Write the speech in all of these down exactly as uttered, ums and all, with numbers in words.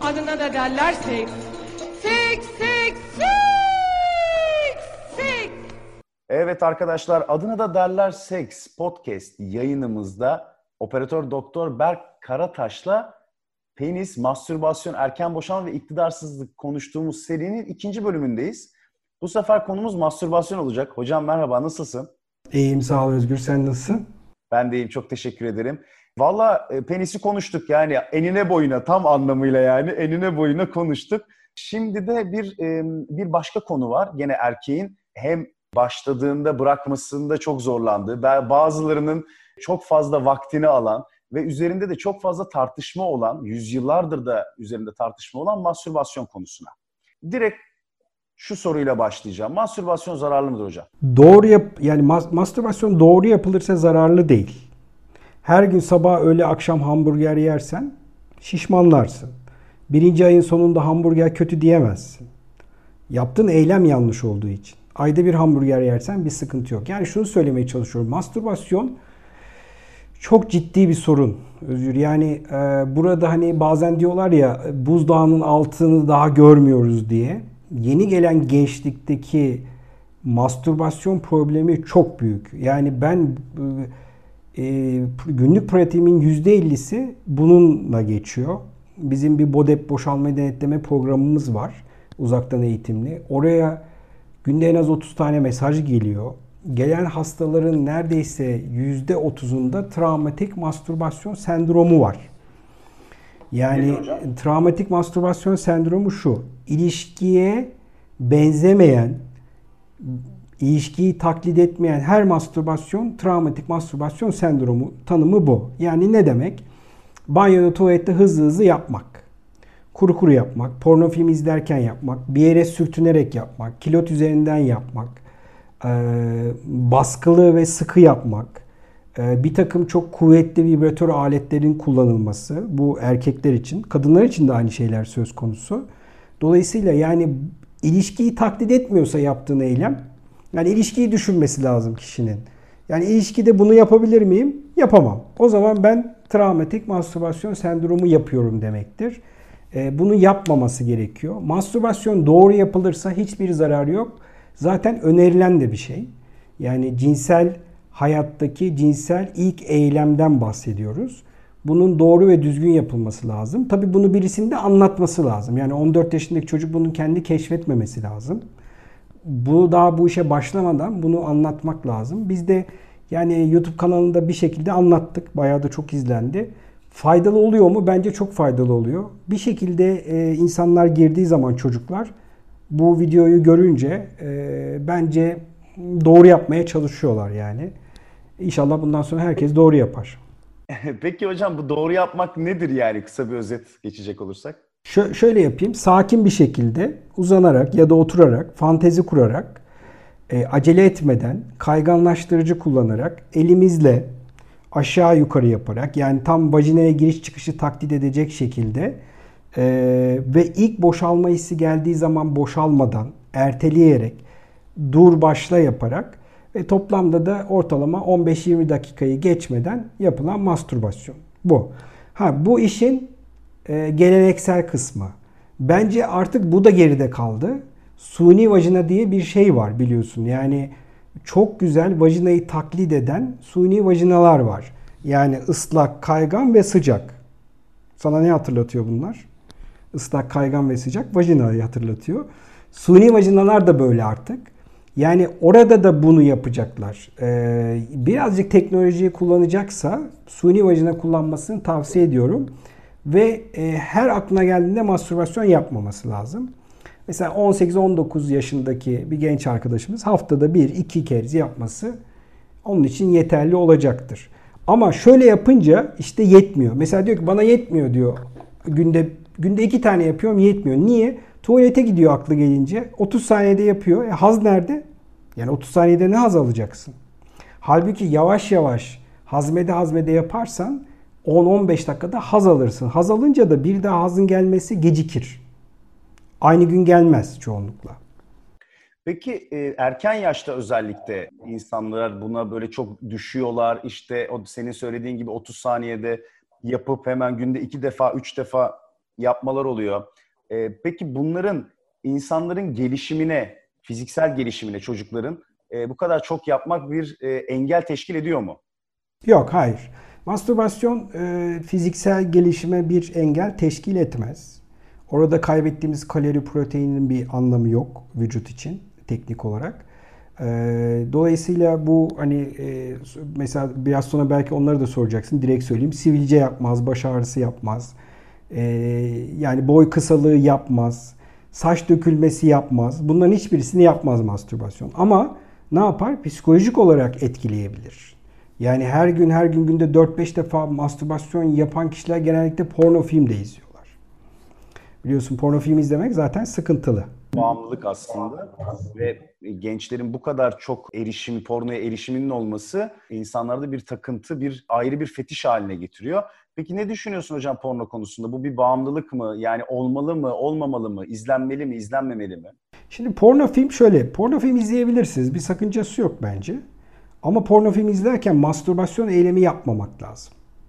Adına da derler seks. Seks, seks, seks, seks. Evet arkadaşlar, adına da derler seks podcast yayınımızda operatör doktor Berk Karataş'la penis, mastürbasyon, erken boşanma ve iktidarsızlık konuştuğumuz serinin ikinci bölümündeyiz. Bu sefer konumuz mastürbasyon olacak. Hocam merhaba, nasılsın? İyiyim, sağ ol Özgür. Sen nasılsın? Ben de iyiyim, çok teşekkür ederim. Valla e, penisi konuştuk yani enine boyuna, tam anlamıyla yani enine boyuna konuştuk. Şimdi de bir e, bir başka konu var. Gene erkeğin hem başladığında bırakmasında çok zorlandığı, bazılarının çok fazla vaktini alan ve üzerinde de çok fazla tartışma olan, yüzyıllardır da üzerinde tartışma olan mastürbasyon konusuna. Direkt şu soruyla başlayacağım. Mastürbasyon zararlı mıdır hocam? Doğru yap yani mas- mastürbasyon doğru yapılırsa zararlı değil. Her gün sabah, öğle, akşam hamburger yersen şişmanlarsın. Birinci ayın sonunda hamburger kötü diyemezsin. Yaptığın eylem yanlış olduğu için. Ayda bir hamburger yersen bir sıkıntı yok. Yani şunu söylemeye çalışıyorum. Mastürbasyon çok ciddi bir sorun Özgür. Yani e, burada hani bazen diyorlar ya buzdağının altını daha görmüyoruz diye. Yeni gelen gençlikteki mastürbasyon problemi çok büyük. Yani ben e, günlük pratiğimin yüzde ellisi bununla geçiyor. Bizim bir BODEP boşalma denetleme programımız var. Uzaktan eğitimli. Oraya günde en az otuz tane mesaj geliyor. Gelen hastaların neredeyse yüzde otuzunda travmatik mastürbasyon sendromu var. Yani travmatik mastürbasyon sendromu şu: İlişkiye benzemeyen, ilişkiyi taklit etmeyen her mastürbasyon travmatik mastürbasyon sendromu tanımı bu. Yani ne demek? Banyoda, tuvalette hızlı hızlı yapmak, kuru kuru yapmak, porno film izlerken yapmak, bir yere sürtünerek yapmak, kilot üzerinden yapmak, baskılı ve sıkı yapmak, bir takım çok kuvvetli vibratör aletlerin kullanılması, bu erkekler için, kadınlar için de aynı şeyler söz konusu. Dolayısıyla yani ilişkiyi taklit etmiyorsa yaptığın eylem, yani ilişkiyi düşünmesi lazım kişinin. Yani ilişkide bunu yapabilir miyim? Yapamam. O zaman ben travmatik mastürbasyon sendromu yapıyorum demektir. Bunu yapmaması gerekiyor. Mastürbasyon doğru yapılırsa hiçbir zararı yok. Zaten önerilen de bir şey. Yani cinsel hayattaki cinsel ilk eylemden bahsediyoruz. Bunun doğru ve düzgün yapılması lazım. Tabii bunu birisinin de anlatması lazım. Yani on dört yaşındaki çocuk bunu kendi keşfetmemesi lazım. Bu daha bu işe başlamadan bunu anlatmak lazım. Biz de yani YouTube kanalında bir şekilde anlattık. Bayağı da çok izlendi. Faydalı oluyor mu? Bence çok faydalı oluyor. Bir şekilde e, insanlar girdiği zaman, çocuklar bu videoyu görünce e, bence doğru yapmaya çalışıyorlar yani. İnşallah bundan sonra herkes doğru yapar. Peki hocam, bu doğru yapmak nedir yani, kısa bir özet geçecek olursak? Şö- şöyle yapayım. Sakin bir şekilde uzanarak ya da oturarak, fantezi kurarak, e, acele etmeden, kayganlaştırıcı kullanarak, elimizle aşağı yukarı yaparak, yani tam vajinaya giriş çıkışı taklit edecek şekilde e, ve ilk boşalma hissi geldiği zaman boşalmadan, erteleyerek, dur başla yaparak ve toplamda da ortalama on beş yirmi dakikayı geçmeden yapılan mastürbasyon. Bu. Ha, bu işin e, geleneksel kısmı. Bence artık bu da geride kaldı. Suni vajina diye bir şey var, biliyorsun. Yani çok güzel vajinayı taklit eden suni vajinalar var. Yani ıslak, kaygan ve sıcak. Sana ne hatırlatıyor bunlar? Islak, kaygan ve sıcak vajinayı hatırlatıyor. Suni vajinalar da böyle artık. Yani orada da bunu yapacaklar. Ee, birazcık teknolojiyi kullanacaksa suni vajina kullanmasını tavsiye ediyorum. Ve e, her aklına geldiğinde mastürbasyon yapmaması lazım. Mesela on sekiz on dokuz yaşındaki bir genç arkadaşımız haftada bir iki kez yapması onun için yeterli olacaktır. Ama şöyle yapınca işte yetmiyor. Mesela diyor ki bana yetmiyor diyor. Günde günde iki tane yapıyorum, yetmiyor. Niye? Tuvalete gidiyor aklı gelince. otuz saniyede yapıyor. E, haz nerede? Yani otuz saniyede ne haz alacaksın? Halbuki yavaş yavaş hazmede hazmede yaparsan on on beş dakikada haz alırsın. Haz alınca da bir daha hazın gelmesi gecikir. Aynı gün gelmez çoğunlukla. Peki erken yaşta özellikle insanlar buna böyle çok düşüyorlar. İşte o senin söylediğin gibi otuz saniyede yapıp hemen günde iki defa, üç defa yapmalar oluyor. E, peki bunların insanların gelişimine, fiziksel gelişimine çocukların e, bu kadar çok yapmak bir e, engel teşkil ediyor mu? Yok, hayır. Mastürbasyon e, fiziksel gelişime bir engel teşkil etmez. Orada kaybettiğimiz kalori proteinin bir anlamı yok vücut için teknik olarak. E, dolayısıyla bu hani e, mesela biraz sonra belki onları da soracaksın. Direkt söyleyeyim. Sivilce yapmaz, baş ağrısı yapmaz. E, yani boy kısalığı yapmaz. Saç dökülmesi yapmaz. Bunların hiçbirisini yapmaz mastürbasyon. Ama ne yapar? Psikolojik olarak etkileyebilir. Yani her gün her gün günde dört beş defa mastürbasyon yapan kişiler genellikle porno film de izliyorlar. Biliyorsun porno film izlemek zaten sıkıntılı. Bağımlılık aslında ve gençlerin bu kadar çok erişimi, pornoya erişiminin olması insanlarda bir takıntı, bir ayrı bir fetiş haline getiriyor. Peki ne düşünüyorsun hocam porno konusunda? Bu bir bağımlılık mı? Yani olmalı mı, olmamalı mı? İzlenmeli mi, izlenmemeli mi? Şimdi porno film şöyle, porno film izleyebilirsiniz. Bir sakıncası yok bence. Ama porno film izlerken mastürbasyon eylemi yapmamak lazım.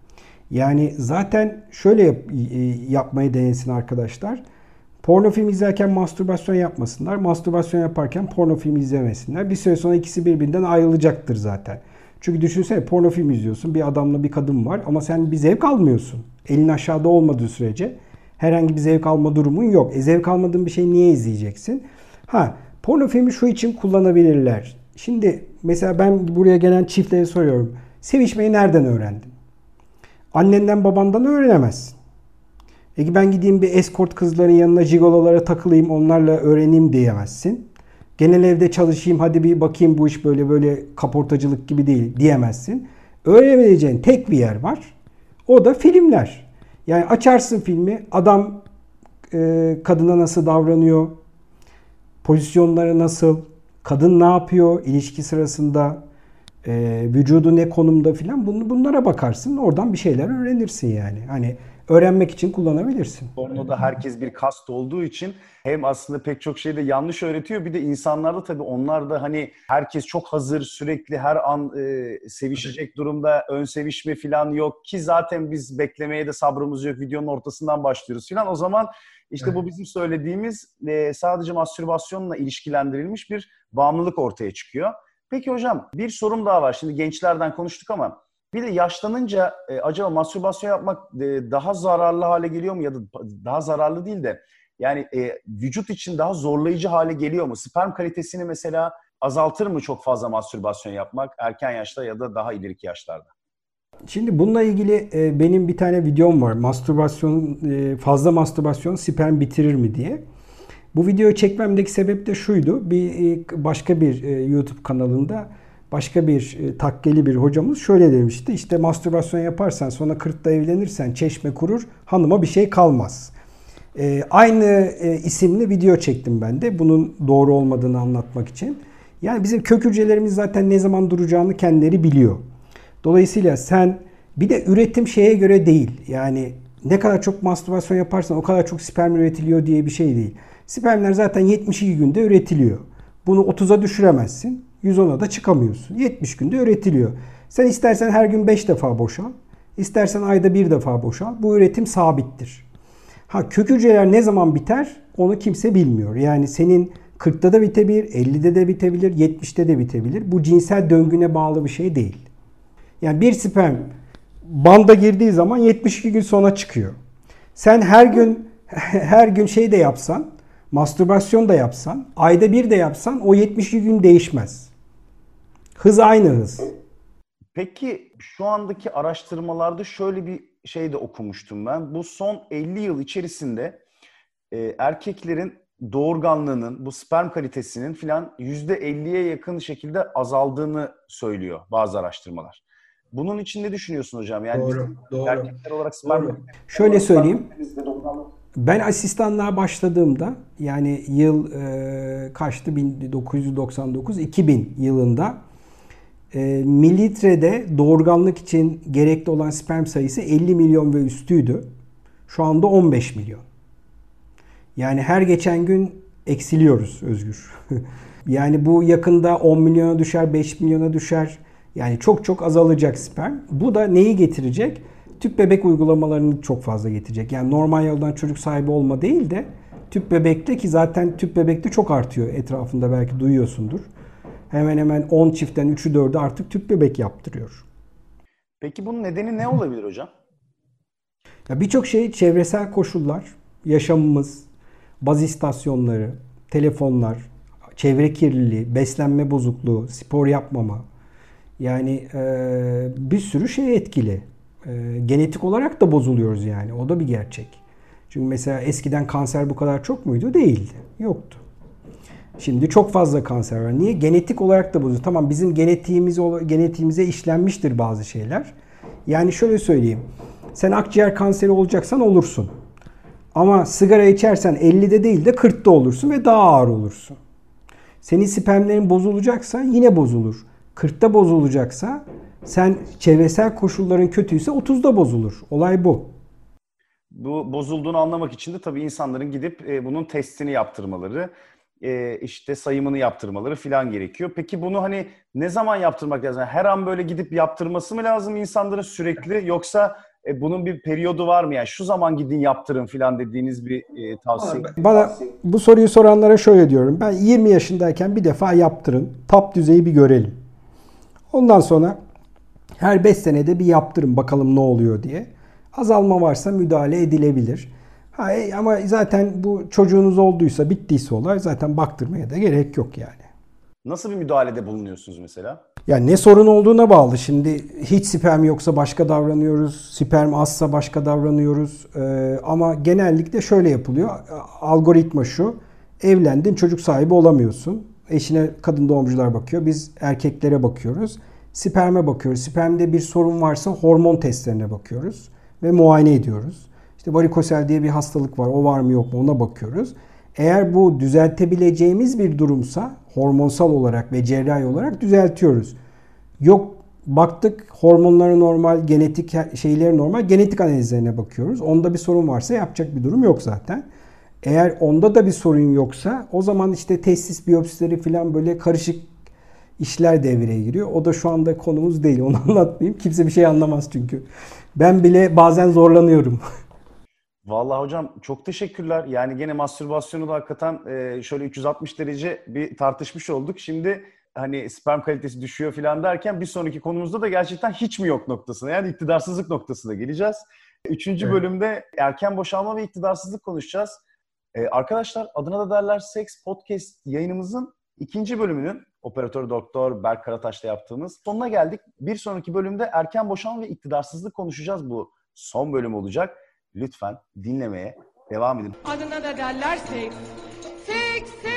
Yani zaten şöyle yap, yapmayı denesin arkadaşlar. Porno film izlerken mastürbasyon yapmasınlar. Mastürbasyon yaparken porno film izlemesinler. Bir süre sonra ikisi birbirinden ayrılacaktır zaten. Çünkü düşünsene porno film izliyorsun. Bir adamla bir kadın var ama sen bir zevk almıyorsun. Elin aşağıda olmadığı sürece herhangi bir zevk alma durumun yok. E zevk almadığın bir şeyi niye izleyeceksin? Ha, porno filmi şu için kullanabilirler. Şimdi mesela ben buraya gelen çiftlere soruyorum. Sevişmeyi nereden öğrendin? Annenden babandan öğrenemezsin. Peki ben gideyim bir escort kızların yanına jigololara takılayım onlarla öğreneyim diyemezsin. Genel evde çalışayım hadi bir bakayım bu iş böyle böyle kaportacılık gibi değil diyemezsin. Öğrenebileceğin tek bir yer var. O da filmler. Yani açarsın filmi adam e, kadına nasıl davranıyor, pozisyonları nasıl, kadın ne yapıyor ilişki sırasında, e, vücudu ne konumda filan bunlara bakarsın. Oradan bir şeyler öğrenirsin yani. Hani öğrenmek için kullanabilirsin. Pornoda herkes bir kast olduğu için hem aslında pek çok şeyi de yanlış öğretiyor. Bir de insanlarda tabii onlar da hani herkes çok hazır, sürekli her an e, sevişecek durumda, ön sevişme falan yok ki zaten biz beklemeye de sabrımız yok. Videonun ortasından başlıyoruz falan. O zaman işte evet. Bu bizim söylediğimiz e, sadece mastürbasyonla ilişkilendirilmiş bir bağımlılık ortaya çıkıyor. Peki hocam bir sorum daha var. Şimdi gençlerden konuştuk ama bir de yaşlanınca e, acaba mastürbasyon yapmak e, daha zararlı hale geliyor mu ya da daha zararlı değil de yani e, vücut için daha zorlayıcı hale geliyor mu? Sperm kalitesini mesela azaltır mı çok fazla mastürbasyon yapmak erken yaşta ya da daha ileriki yaşlarda? Şimdi bununla ilgili e, benim bir tane videom var. Mastürbasyon e, fazla mastürbasyon sperm bitirir mi diye. Bu videoyu çekmemdeki sebep de şuydu. Bir e, başka bir e, YouTube kanalında başka bir e, takkeli bir hocamız şöyle demişti. İşte mastürbasyon yaparsan sonra kırkta evlenirsen çeşme kurur, hanıma bir şey kalmaz. E, aynı e, isimli video çektim ben de bunun doğru olmadığını anlatmak için. Yani bizim kök hücrelerimiz zaten ne zaman duracağını kendileri biliyor. Dolayısıyla sen bir de üretim şeye göre değil. Yani ne kadar çok mastürbasyon yaparsan o kadar çok sperm üretiliyor diye bir şey değil. Spermler zaten yetmiş iki günde üretiliyor. Bunu otuza düşüremezsin. yüz ona da çıkamıyorsun. yetmiş günde üretiliyor. Sen istersen her gün beş defa boşal. İstersen ayda bir defa boşal. Bu üretim sabittir. Ha kök hücreler ne zaman biter onu kimse bilmiyor. Yani senin kırkta da bitebilir, ellide de bitebilir, yetmişte de bitebilir. Bu cinsel döngüne bağlı bir şey değil. Yani bir sperm banda girdiği zaman yetmiş iki gün sonra çıkıyor. Sen her gün her gün şey de yapsan, mastürbasyon da yapsan, ayda bir de yapsan o yetmiş iki gün değişmez. Hız aynı hız. Peki şu andaki araştırmalarda şöyle bir şey de okumuştum ben. Bu son elli yıl içerisinde e, erkeklerin doğurganlığının, bu sperm kalitesinin filan yüzde elliye yakın şekilde azaldığını söylüyor bazı araştırmalar. Bunun için ne düşünüyorsun hocam? Yani doğru, doğru. Erkekler olarak sperm doğru. Şöyle söyleyeyim. Ben asistanlığa başladığımda yani yıl e, kaçtı? bin dokuz yüz doksan dokuz iki bin yılında e, mililitrede doğurganlık için gerekli olan sperm sayısı elli milyon ve üstüydü. Şu anda on beş milyon. Yani her geçen gün eksiliyoruz Özgür. Yani bu yakında on milyona düşer, beş milyona düşer. Yani çok çok azalacak sperm. Bu da neyi getirecek? tüp bebek uygulamalarını çok fazla getirecek. Yani normal yoldan çocuk sahibi olma değil de tüp bebekte, ki zaten tüp bebekte çok artıyor, etrafında belki duyuyorsundur. Hemen hemen on çiftten üçü dördü artık tüp bebek yaptırıyor. Peki bunun nedeni ne olabilir hocam? Ya birçok şey, çevresel koşullar, yaşamımız, baz istasyonları, telefonlar, çevre kirliliği, beslenme bozukluğu, spor yapmama. Yani e, bir sürü şey etkili. E, genetik olarak da bozuluyoruz yani. O da bir gerçek. Çünkü mesela eskiden kanser bu kadar çok muydu? Değildi. Yoktu. Şimdi çok fazla kanser var. Niye? Genetik olarak da bozuluyor. Tamam, bizim genetiğimiz, genetiğimize işlenmiştir bazı şeyler. Yani şöyle söyleyeyim. Sen akciğer kanseri olacaksan olursun. Ama sigara içersen ellide değil de kırkta olursun ve daha ağır olursun. Senin spermlerin bozulacaksa yine bozulur. kırkta bozulacaksa, sen çevresel koşulların kötüyse otuzda bozulur. Olay bu. Bu bozulduğunu anlamak için de tabii insanların gidip e, bunun testini yaptırmaları, e, işte sayımını yaptırmaları falan gerekiyor. Peki bunu hani ne zaman yaptırmak lazım? Her an böyle gidip yaptırması mı lazım insanların sürekli, yoksa e, bunun bir periyodu var mı? Yani şu zaman gidin yaptırın falan dediğiniz bir e, tavsiye. Bana bu soruyu soranlara şöyle diyorum. Ben yirmi yaşındayken bir defa yaptırın. Top düzeyi bir görelim. Ondan sonra her beş senede bir yaptırın bakalım ne oluyor diye. Azalma varsa müdahale edilebilir. Ha, ama zaten bu çocuğunuz olduysa, bittiyse olay, zaten baktırmaya da gerek yok yani. Nasıl bir müdahalede bulunuyorsunuz mesela? Yani ne sorun olduğuna bağlı. Şimdi hiç sperm yoksa başka davranıyoruz. Sperm azsa başka davranıyoruz. Ee, ama genellikle şöyle yapılıyor. Algoritma şu. Evlendin, çocuk sahibi olamıyorsun. Eşine kadın doğumcular bakıyor. Biz erkeklere bakıyoruz. Sperme bakıyoruz. Spermde bir sorun varsa hormon testlerine bakıyoruz. Ve muayene ediyoruz. İşte varikosel diye bir hastalık var. O var mı yok mu ona bakıyoruz. Eğer bu düzeltebileceğimiz bir durumsa hormonsal olarak ve cerrahi olarak düzeltiyoruz. Yok, baktık hormonları normal, genetik şeyleri normal, genetik analizlerine bakıyoruz. Onda bir sorun varsa yapacak bir durum yok zaten. Eğer onda da bir sorun yoksa o zaman işte testis biyopsileri falan, böyle karışık işler devreye giriyor. O da şu anda konumuz değil. Onu anlatmayayım. Kimse bir şey anlamaz çünkü. Ben bile bazen zorlanıyorum. Vallahi hocam çok teşekkürler. Yani gene mastürbasyonu da hakikaten e, şöyle üç yüz altmış derece bir tartışmış olduk. Şimdi hani sperm kalitesi düşüyor falan derken bir sonraki konumuzda da gerçekten hiç mi yok noktasına, yani iktidarsızlık noktasına geleceğiz. Üçüncü evet. bölümde erken boşalma ve iktidarsızlık konuşacağız. Ee, arkadaşlar, adına da derler Seks Podcast yayınımızın ikinci bölümünün operatör doktor Berk Karataş'la yaptığımız sonuna geldik. Bir sonraki bölümde erken boşalma ve iktidarsızlık konuşacağız. Bu son bölüm olacak. Lütfen dinlemeye devam edin. Adına da derler seks. Seks,